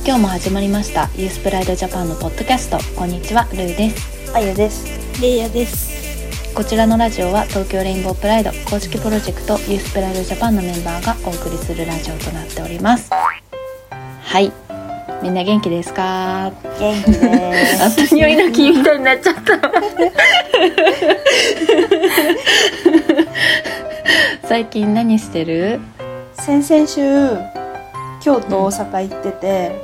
今日も始まりましたユースプライドジャパンのポッドキャスト。こんにちは、ルーです。 あゆです。 レイヤです。 こちらのラジオは東京レインボープライド公式プロジェクトユースプライドジャパンのメンバーがお送りするラジオとなっております。はい、みんな元気ですか？ 元気です。 あっと匂いの木みたいになっちゃった最近何してる？ 先々週京都、大阪行ってて、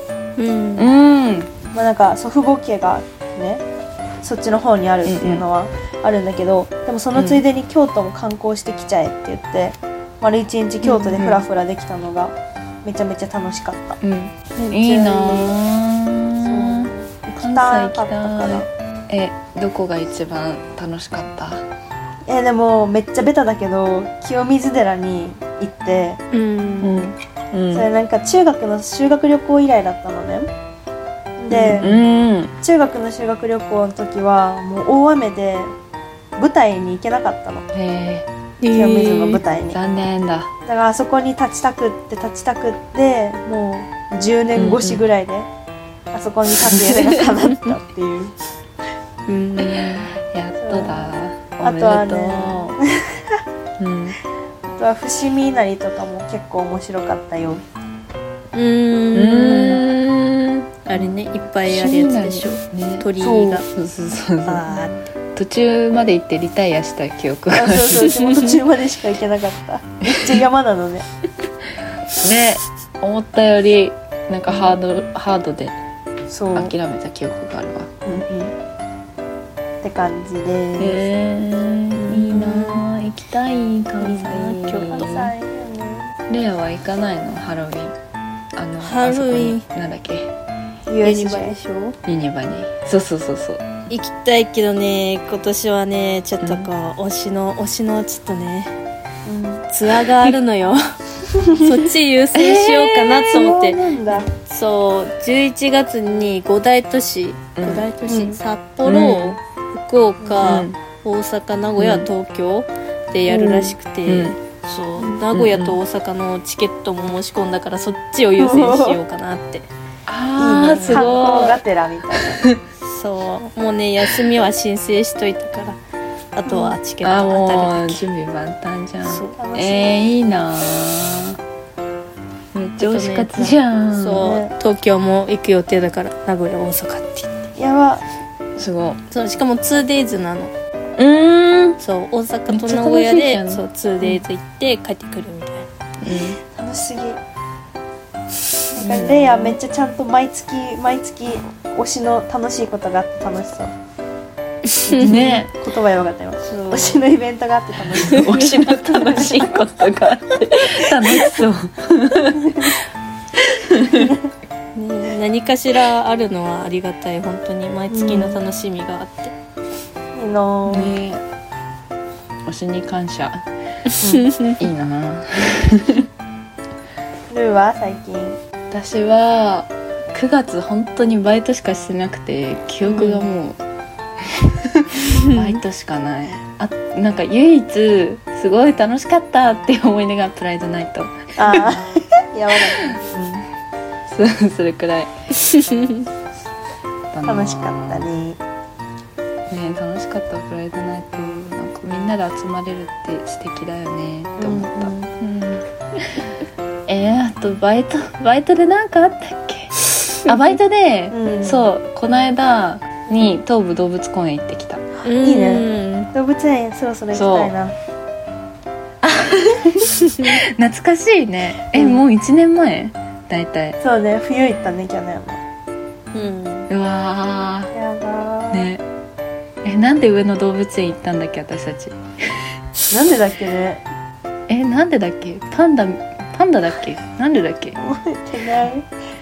まあ、なんか祖父母家がねそっちの方にあるっていうのはあるんだけど、でもそのついでに京都も観光してきちゃえって言って、丸一日京都でフラフラできたのがめちゃめちゃ楽しかった。 いいなぁ。 行きたかったから。 どこが一番楽しかった？ でもめっちゃベタだけど清水寺に行って、それなんか中学の修学旅行以来だったのね。で、中学の修学旅行の時はもう大雨で舞台に行けなかったの。清水の舞台に。 残念だ。 だからあそこに立ちたくってもう10年越しぐらいで、あそこに立つ夢が叶ったっていう。 やっとだ。 あとはね、あとは伏見稲荷とかも結構面白かったよ。 あれね、いっぱいあるやつでしょ、ね、鳥居が途中まで行ってリタイアした記憶がある。 そう途中までしか行けなかっためっちゃ山なのねね、思ったよりなんかハードで諦めた記憶があるわ。 って感じでいいな、行きたい。関西レアは行かないの？ハロウィンハロウィンなんだっけ、 ユニバでしょ。 ユニバにそう行きたいけどね、今年はねちょっとこう、推しのちょっとね、ツアーがあるのよそっち優先しようかなと思って、そう11月に5大都市、札幌、福岡、大阪、名古屋、東京でやるらしくて、そう名古屋と大阪のチケットも申し込んだから、そっちを優先しようかなってすごい観光がてらみたいなそうもうね、休みは申請しといたから、あとはチケットが当たるだけ。 準備万端じゃん。いいな、めっちゃ推し活じゃん。 そう東京も行く予定だから、名古屋、大阪って言って、 やば、 すごい。 そうしかも 2days なの。そう大阪と名古屋でそう 2days 行って帰ってくるみたいな。 楽しすぎ。なんかレイヤめっちゃちゃんと毎月推しの楽しいことがあって楽しそうね言葉やばかったよ。推しのイベントがあって楽しそう推しの楽しいことがあって楽しそうね、何かしらあるのはありがたい。本当に毎月の楽しみがあって、 いいなね、推しに感謝いいなルーは最近。 私は9月本当にバイトしかしてなくて、記憶がもう、バイトしかない。なんか唯一すごい楽しかったっていう思い出がプライドナイト。 やばかった、 それくらい楽しかったね。 楽しかったプライドナイト。なんかみんなで集まれるって素敵だよねって思った。あとバイトでなんかあったっけ？バイトで、そうこの間に東武動物公園行ってきた。 いいね。動物園そろそろ行きたいな。 懐かしいね。もう1年前だいたい。 そうね、冬行ったね、去年も。 うわーやだね。なんで上野動物園行ったんだっけ、私たち。 なんでだっけね。 なんでだっけ。パンダだっけ。なんでだっけ。 覚えてない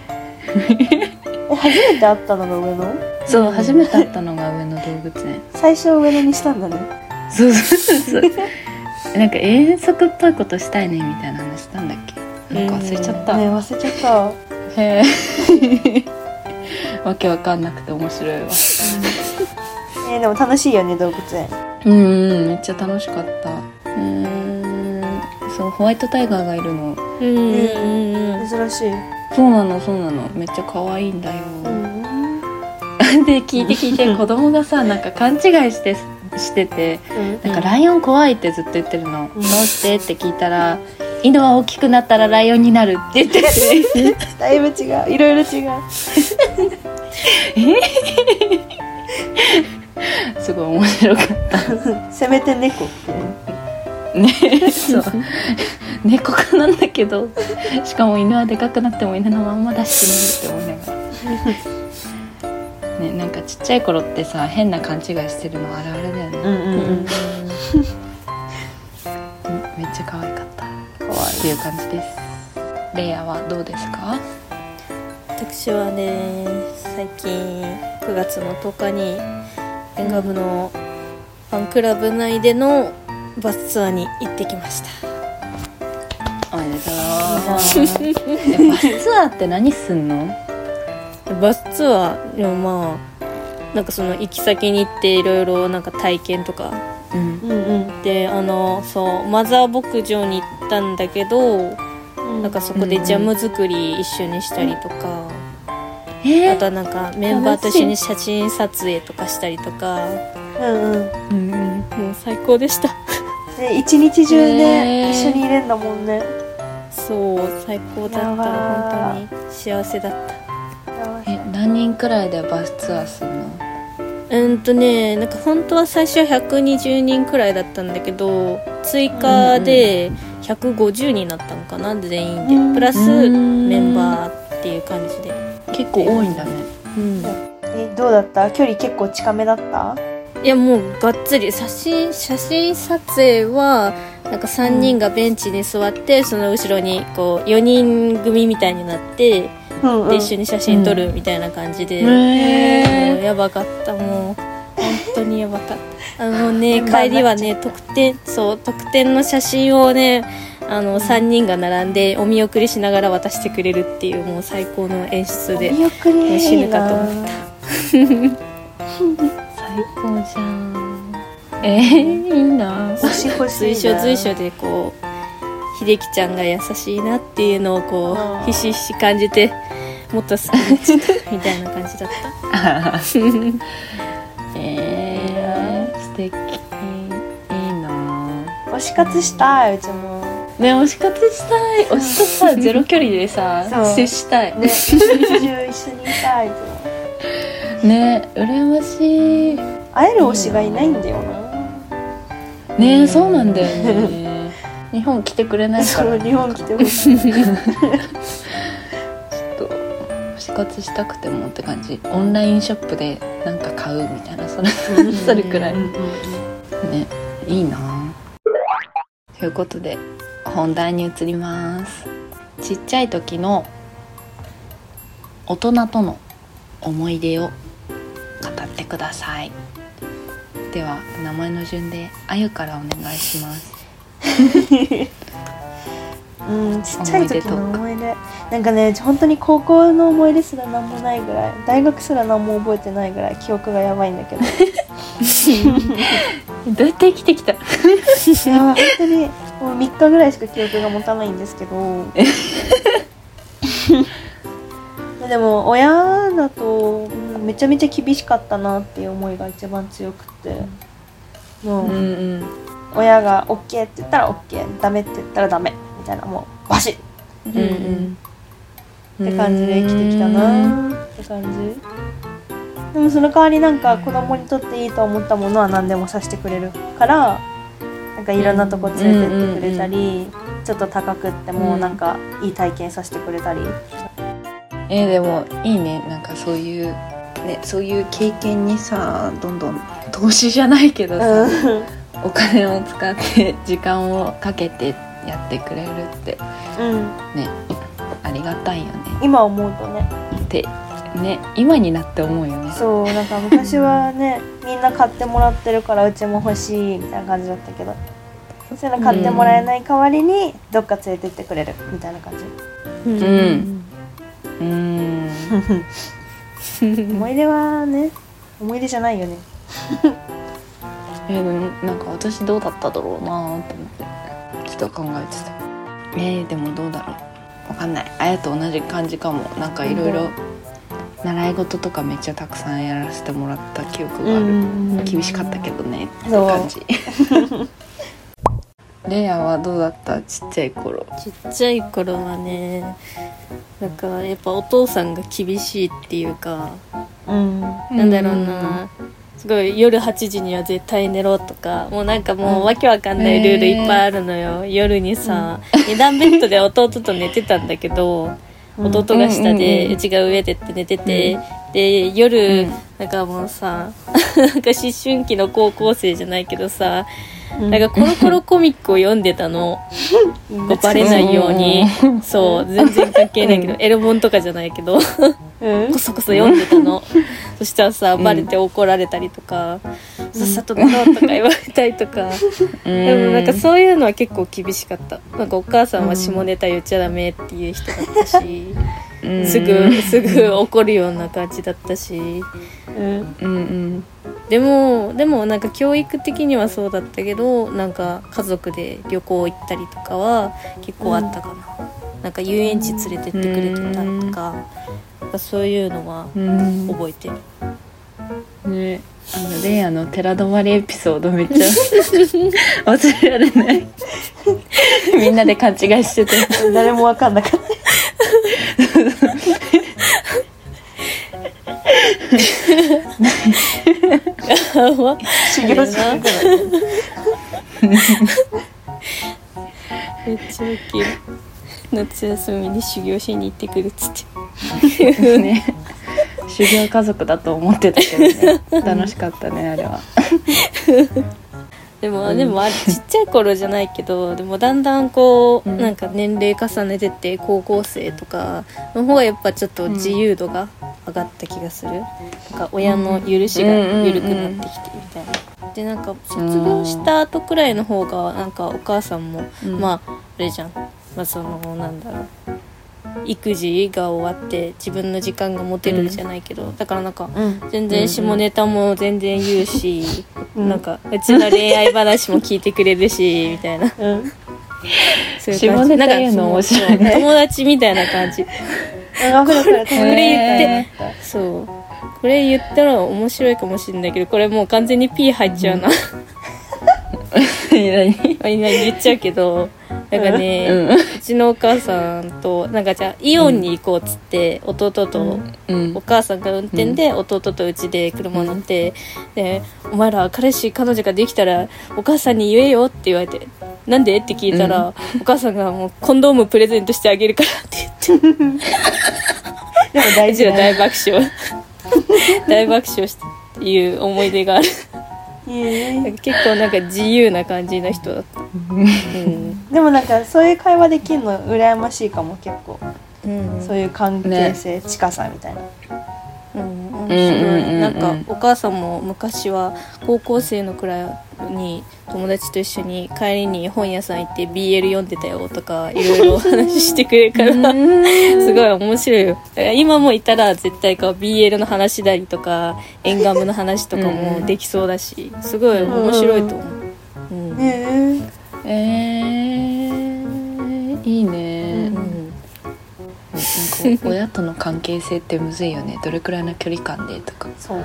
初めて会ったのが上野？ そう、初めて会ったのが上野動物園。 最初上野にしたんだね。 そうなんか遠足っぽいことしたいねみたいな話したんだっけ。なんか忘れちゃった。 ね、忘れちゃった。 へわけわかんなくて面白いわ。 でも楽しいよね、動物園。 めっちゃ楽しかった。そう、ホワイトタイガーがいるの。 珍しい。 そうなのめっちゃ可愛いんだよ、で聞いて子供がさなんか勘違いしてて、なんかライオン怖いってずっと言ってるの、どうしてって聞いたら、犬は大きくなったらライオンになるって言っててだいぶ違う、いろいろ違うすごい面白かったせめて猫ってね、そう猫科なんだけど、しかも犬はでかくなっても犬のまんまだしねって思いながらね、なんかちっちゃい頃ってさ変な勘違いしてるのあるあるだよね、めっちゃ可愛かったっていう感じです。レイヤはどうですか？ 私はね、最近9月の10日に演歌部のファンクラブ内でのバスツアーに行ってきました。 おめでとうバスツアーって何すんの？ バスツアーでもまあなんかその行き先に行っていろいろなんか体験とか、でそうマザー牧場に行ったんだけど、なんかそこでジャム作り一緒にしたりとか、あとはなんかメンバーと一緒に写真撮影とかしたりとか、もう最高でした一日中ね、一緒にいれんだもんね。 そう最高だった、本当に幸せだった。 何人くらいでバスツアーするの？ なんか本当は最初は120人くらいだったんだけど、追加で150になったのかな、全員でプラスメンバーっていう感じで結構多いんだね。 どうだった？距離結構近めだった？ いやもうがっつり写真撮影はなんか3人がベンチに座って、その後ろにこう4人組みたいになって、で一緒に写真撮るみたいな感じで、もうやばかった、もう本当にやばかった。帰りはね特典の写真をね3人が並んでお見送りしながら渡してくれるっていう、もう最高の演出でもう死ぬかと思った最高じゃん。いいな。 随所でこう秀樹ちゃんが優しいなっていうのをこうひしひし感じて、もっと好きになっちゃったみたいな感じだった素敵、いいな。 推し活したい、うちもね、推し活したい。推しとさゼロ距離でさ接したいね、 一日中一緒にいたいとね、羨ましい。 会える推しがいないんだよな。 ね、そうなんだよね日本来てくれないから、 日本来てほしいちょっと推し活したくてもって感じ。オンラインショップでなんか買うみたいな、それくらいね、いいな。ということで本題に移ります。ちっちゃい時の大人との思い出を語ってください。では名前の順であゆからお願いします。 ちっちゃい時の思い出、なんかね、本当に高校の思い出すら何もないぐらい、大学すら何も覚えてないぐらい記憶がやばいんだけどどうやって生きてきた？いや本当にもう3日ぐらいしか記憶が持たないんですけどでも親だとめちゃめちゃ厳しかったなっていう思いが一番強くて、もう、親が OK って言ったら OK、 ダメって言ったらダメみたいな、もうバシッ、って感じで生きてきたなって感じ。でもその代わりなんか子供にとっていいと思ったものは何でもさせてくれるから、なんかいろんなとこ連れてってくれたり、ちょっと高くってもなんかいい体験させてくれたり、 でもいいね、なんかそういうね、そういう経験にさ、どんどん投資じゃないけどさ、お金を使って時間をかけてやってくれるって、ね、ありがたいよね。 今思うとね。 ってね、今になって思うよね。 そう、なんか昔はねみんな買ってもらってるからうちも欲しいみたいな感じだったけど、そういうの買ってもらえない代わりにどっか連れてってくれるみたいな感じ。思い出はね、思い出じゃないよねでもなんか私どうだっただろうなと思ってちょっと考えてた。でもどうだろう。 わかんない、あやと同じ感じかも。なんかいろいろ習い事とかめっちゃたくさんやらせてもらった記憶がある。厳しかったけどねって感じ。レイヤはどうだった？ちっちゃい頃。 ちっちゃい頃はね、なんかやっぱお父さんが厳しいっていうか、なんだろうな、すごい夜8時には絶対寝ろとか、もうなんかもうわけわかんないルールいっぱいあるのよ。夜にさ、2段ベッドで弟と寝てたんだけど、弟が下で、うちが上でって寝てて、で夜、なんかもうさなんか思春期の高校生じゃないけどさ、なんかコロコロコミックを読んでたの。バレないように。そう、全然関係ないけど、エロ本とかじゃないけどこそこそ読んでたの。そしたらさ、バレて怒られたりとか、さっさと寝ろとか言われたりとか、でもなんかそういうのは結構厳しかった。なんかお母さんは下ネタ言っちゃダメっていう人だったし、すぐ怒るような感じだったし、でもなんか教育的にはそうだったけど、なんか家族で旅行行ったりとかは結構あったかな。なんか遊園地連れてってくれてたとか、そういうのは覚えてる。 ね、レイヤの寺泊まりエピソードめっちゃ忘れられない。みんなで勘違いしてて誰も分かんなかった。修行しなくなる。 めっちゃウケる。夏休みに修行しに行ってくるっつってね、修行家族だと思ってたけどね。楽しかったねあれは。 でもあれちっちゃい頃じゃないけど、でもだんだんこう、なんか年齢重ねてって高校生とかの方がやっぱちょっと自由度が上がった気がする。なんか親の許しが緩くなってきてみたいな。でなんか卒業した後くらいの方がなんかお母さんも、まああれじゃん、まあそのなんだろう、育児が終わって自分の時間が持てるじゃないけど、だからなんか全然下ネタも全然言うし、なんかうちの恋愛話も聞いてくれるしみたいな、そういう感じ。 下ネタ言うの面白いね。 友達みたいな感じ。これ言って、そうこれ言ったら面白いかもしれないけど、これもう完全に P 入っちゃうな。何言っちゃうけど、なんかね、うちのお母さんとなんかじゃあイオンに行こうっつって、弟と、お母さんが運転で、弟とうちで車乗って、でお前ら彼氏彼女ができたらお母さんに言えよって言われて、なんでって聞いたら、お母さんがもうコンドームプレゼントしてあげるからって言ってでも大事だ。大爆笑大爆笑したっていう思い出がある。結構なんか自由な感じの人だった。 でもなんかそういう会話できるの羨ましいかも。結構、そういう関係性、近さみたいな。 面白い。なんかお母さんも昔は高校生のくらいに友達と一緒に帰りに本屋さん行って BL 読んでたよとかいろいろお話ししてくれるからすごい面白いよ。だから今もいたら絶対こう BL の話したりとかエンガムの話とかもできそうだし、すごい面白いと思う。 いいね。なんか親との関係性ってむずいよね。どれくらいの距離感でとか。 そう。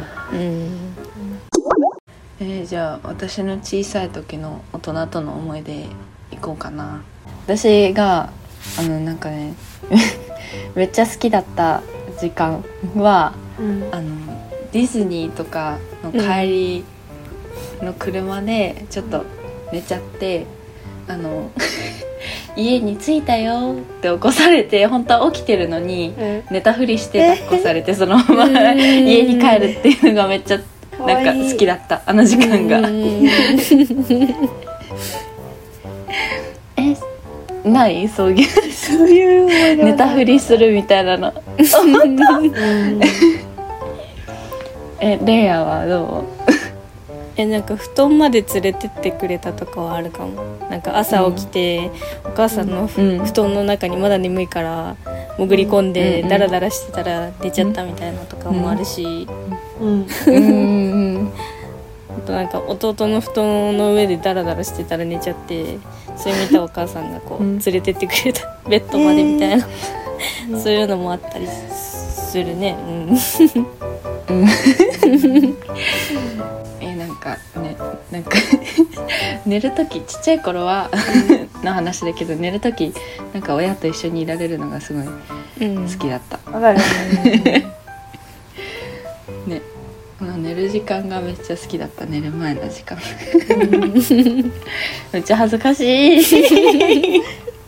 じゃあ私の小さい時の大人との思い出いこうかな。私がなんかねめっちゃ好きだった時間は、ディズニーとかの帰りの車でちょっと寝ちゃって、家に着いたよって起こされて、本当は起きてるのに寝たふりして抱っこされて、そのまま家に帰るっていうのがめっちゃなんか好きだった、あの時間が。ないそういう思い出寝たふりするみたいなの。レイヤはどう？ なんか布団まで連れてってくれたとかはあるかも。なんか朝起きて、お母さんの布団の中にまだ眠いから潜り込んでダラダラしてたら寝ちゃったみたいなとかもあるし、 となんか弟の布団の上でダラダラしてたら寝ちゃって、それ見たお母さんがこう連れてってくれた、ベッドまでみたいな、そういうのもあったりするね。 なんか寝る時、ちっちゃい頃はの話だけど、寝る時なんか親と一緒にいられるのがすごい好きだった。 わかるね、寝る時間がめっちゃ好きだった。寝る前の時間めっちゃ恥ずかしい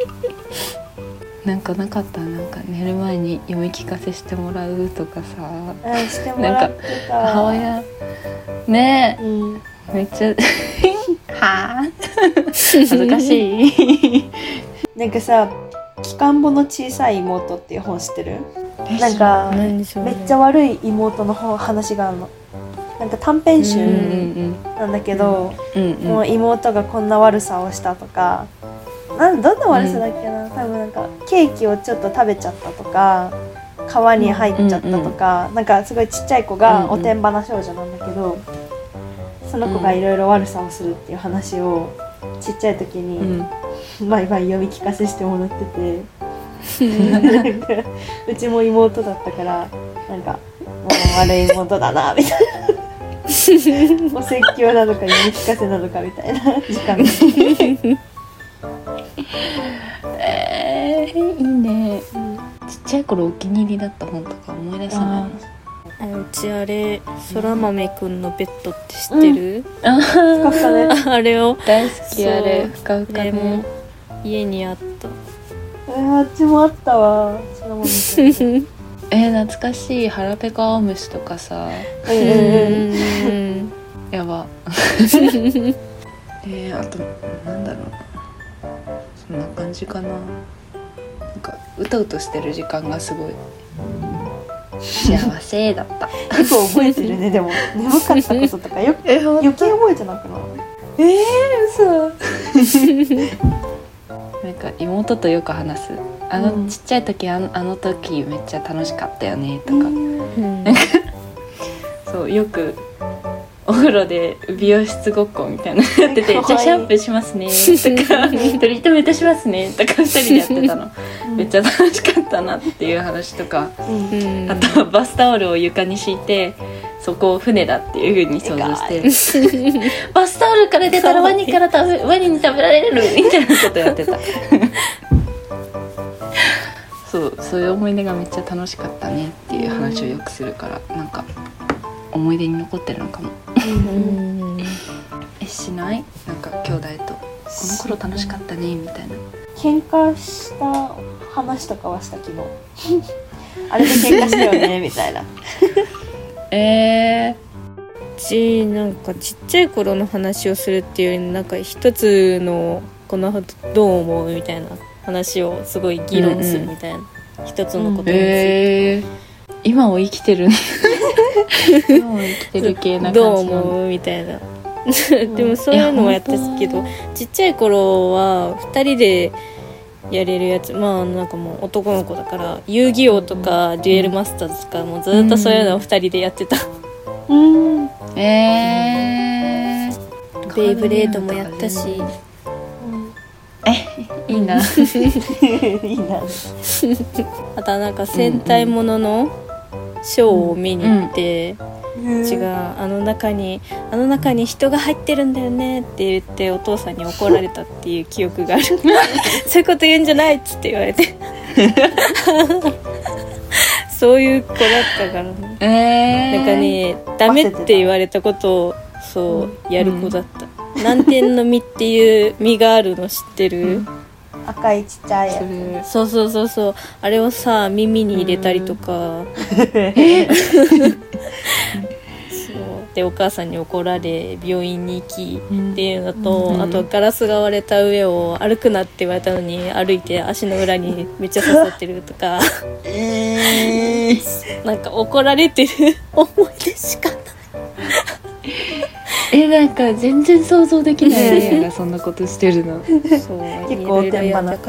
なんかなかった？なんか寝る前に読み聞かせしてもらうとかさ。 してもらってた。 母親ね、めっちゃはぁ恥ずかしいなんかさ、機関簿の小さい妹っていう本知ってる？なんかめっちゃ悪い妹の話があるの。なんか短編集なんだけど、もう妹がこんな悪さをしたとか、どんな悪さだっけな、多分なんかケーキをちょっと食べちゃったとか、川に入っちゃったとか、なんかすごいちっちゃい子がおてんばな少女なんだけど、その子がいろいろ悪さをするっていう話をちっちゃい時に毎晩読み聞かせしてもらっててなんかうちも妹だったから、なんかもう悪い妹だなみたいなお説教なのか読み聞かせなのかみたいな時間いいね、ちっちゃい頃お気に入りだった本とか思い出さない？ うちあれ、そら豆くんのベッドって知ってる？ ふかふかね。 あれを大好き。あれふかふかね。 も家にあった。 あっちもあったわ。そら豆くん懐かしい。腹ペコ青虫とかさ。やばあとなんだろう、そんな感じかな。なんかうとうとしてる時間がすごい幸せだった結構覚えてるね。でも眠かったこととか余計覚えてなくない？ 嘘なんか妹とよく話す。ちっちゃい時あの時めっちゃ楽しかったよねとか、そうよくお風呂で美容室ごっこみたいなのやってて、じゃあシャンプーしますねとかトリートメントしますねとか2人でやってたのめっちゃ楽しかったなっていう話とか、あとバスタオルを床に敷いてそこを船だっていう風に想像してバスタオルから出たらワニに食べられるみたいなことやってたそういう思い出がめっちゃ楽しかったねっていう話をよくするから、なんか思い出に残ってるのかもしない？なんか兄弟とこの頃楽しかったねみたいな。 喧嘩した話とかはした昨日あれで喧嘩したよねみたいななんかちっちゃい頃の話をするっていうより、なんか一つのこのどう思うみたいな話をすごい議論するみたいな、一つのことについて、 今を生きてる今を生きてる系な感じどう思うみたいなでもそういうのもやったけど、ちっちゃい頃は2人でやれるやつ、なんかもう男の子だから遊戯王とかデュエルマスターズとかもずっとそういうのを2人でやってた。ベイブレードもやったし、 いいな。いいな。 あとなんか戦隊もののショーを見に行って、違う、あの中に人が入ってるんだよねって言ってお父さんに怒られたっていう記憶があるそういうこと言うんじゃないっつって言われてそういう子だったからね、なんかね、ダメって言われたことをそうやる子だった、南天の実っていう実があるの知ってる？ 赤いちっちゃいやつ。 そうあれをさ耳に入れたりとかそうでお母さんに怒られ病院に行きっていうのと、あとガラスが割れた上を歩くなって言われたのに歩いて足の裏にめっちゃ刺さってるとかなんか怒られてる思い出しかないなんか全然想像できないねがそんなことしてるの。 そう結構おてんばな。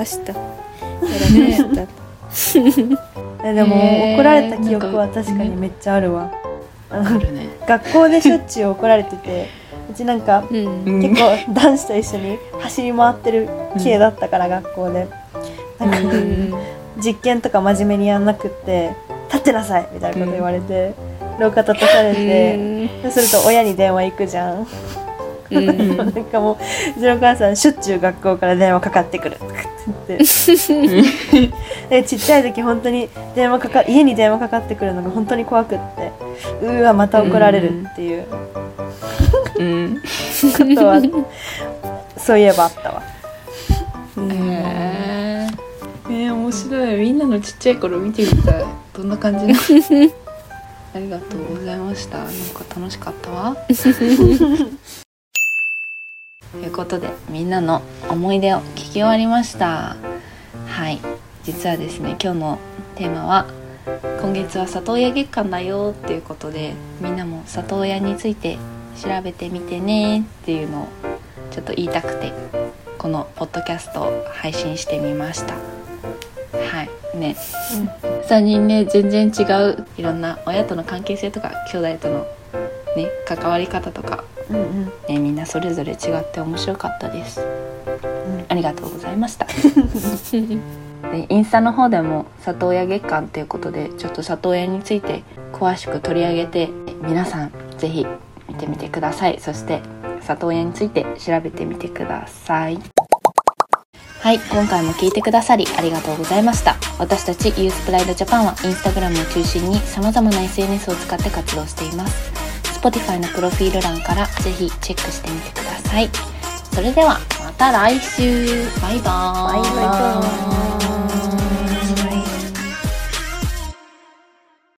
でも怒られた記憶は確かにめっちゃあるわ。学校でしょっちゅう怒られてて、 うちなんか、結構男子と一緒に走り回ってる系だったから、学校でなんか、実験とか真面目にやんなくって立ってなさいみたいなこと言われて、廊下立たされて、そうすると親に電話行くじゃん。なんかもううちのお母さんしょっちゅう学校から電話かかってくるとかって言ってでちっちゃい時本当に家に電話かかってくるのが本当に怖くって、うわまた怒られるっていう、ことはそういえばあったわ。 面白い。みんなのちっちゃい頃見てみたい。どんな感じなのありがとうございました。なんか楽しかったわということで、みんなの思い出を聞き終わりました。はい、実はですね、今日のテーマは今月は里親月間だよっていうことで、みんなも里親について調べてみてねっていうのをちょっと言いたくて、このポッドキャストを配信してみました。はいね、3人ね、全然違ういろんな親との関係性とか兄弟とのね関わり方とか、ね、みんなそれぞれ違って面白かったです。ありがとうございましたでインスタの方でも里親月間ということで、ちょっと里親について詳しく取り上げて、皆さんぜひ見てみてください。そして里親について調べてみてください。はい、今回も聞いてくださりありがとうございました。私たちユースプライドジャパンはインスタグラムを中心に様々な SNS を使って活動しています。Spotify のプロフィール欄からぜひチェックしてみてください。それではまた来週。バイバーイ。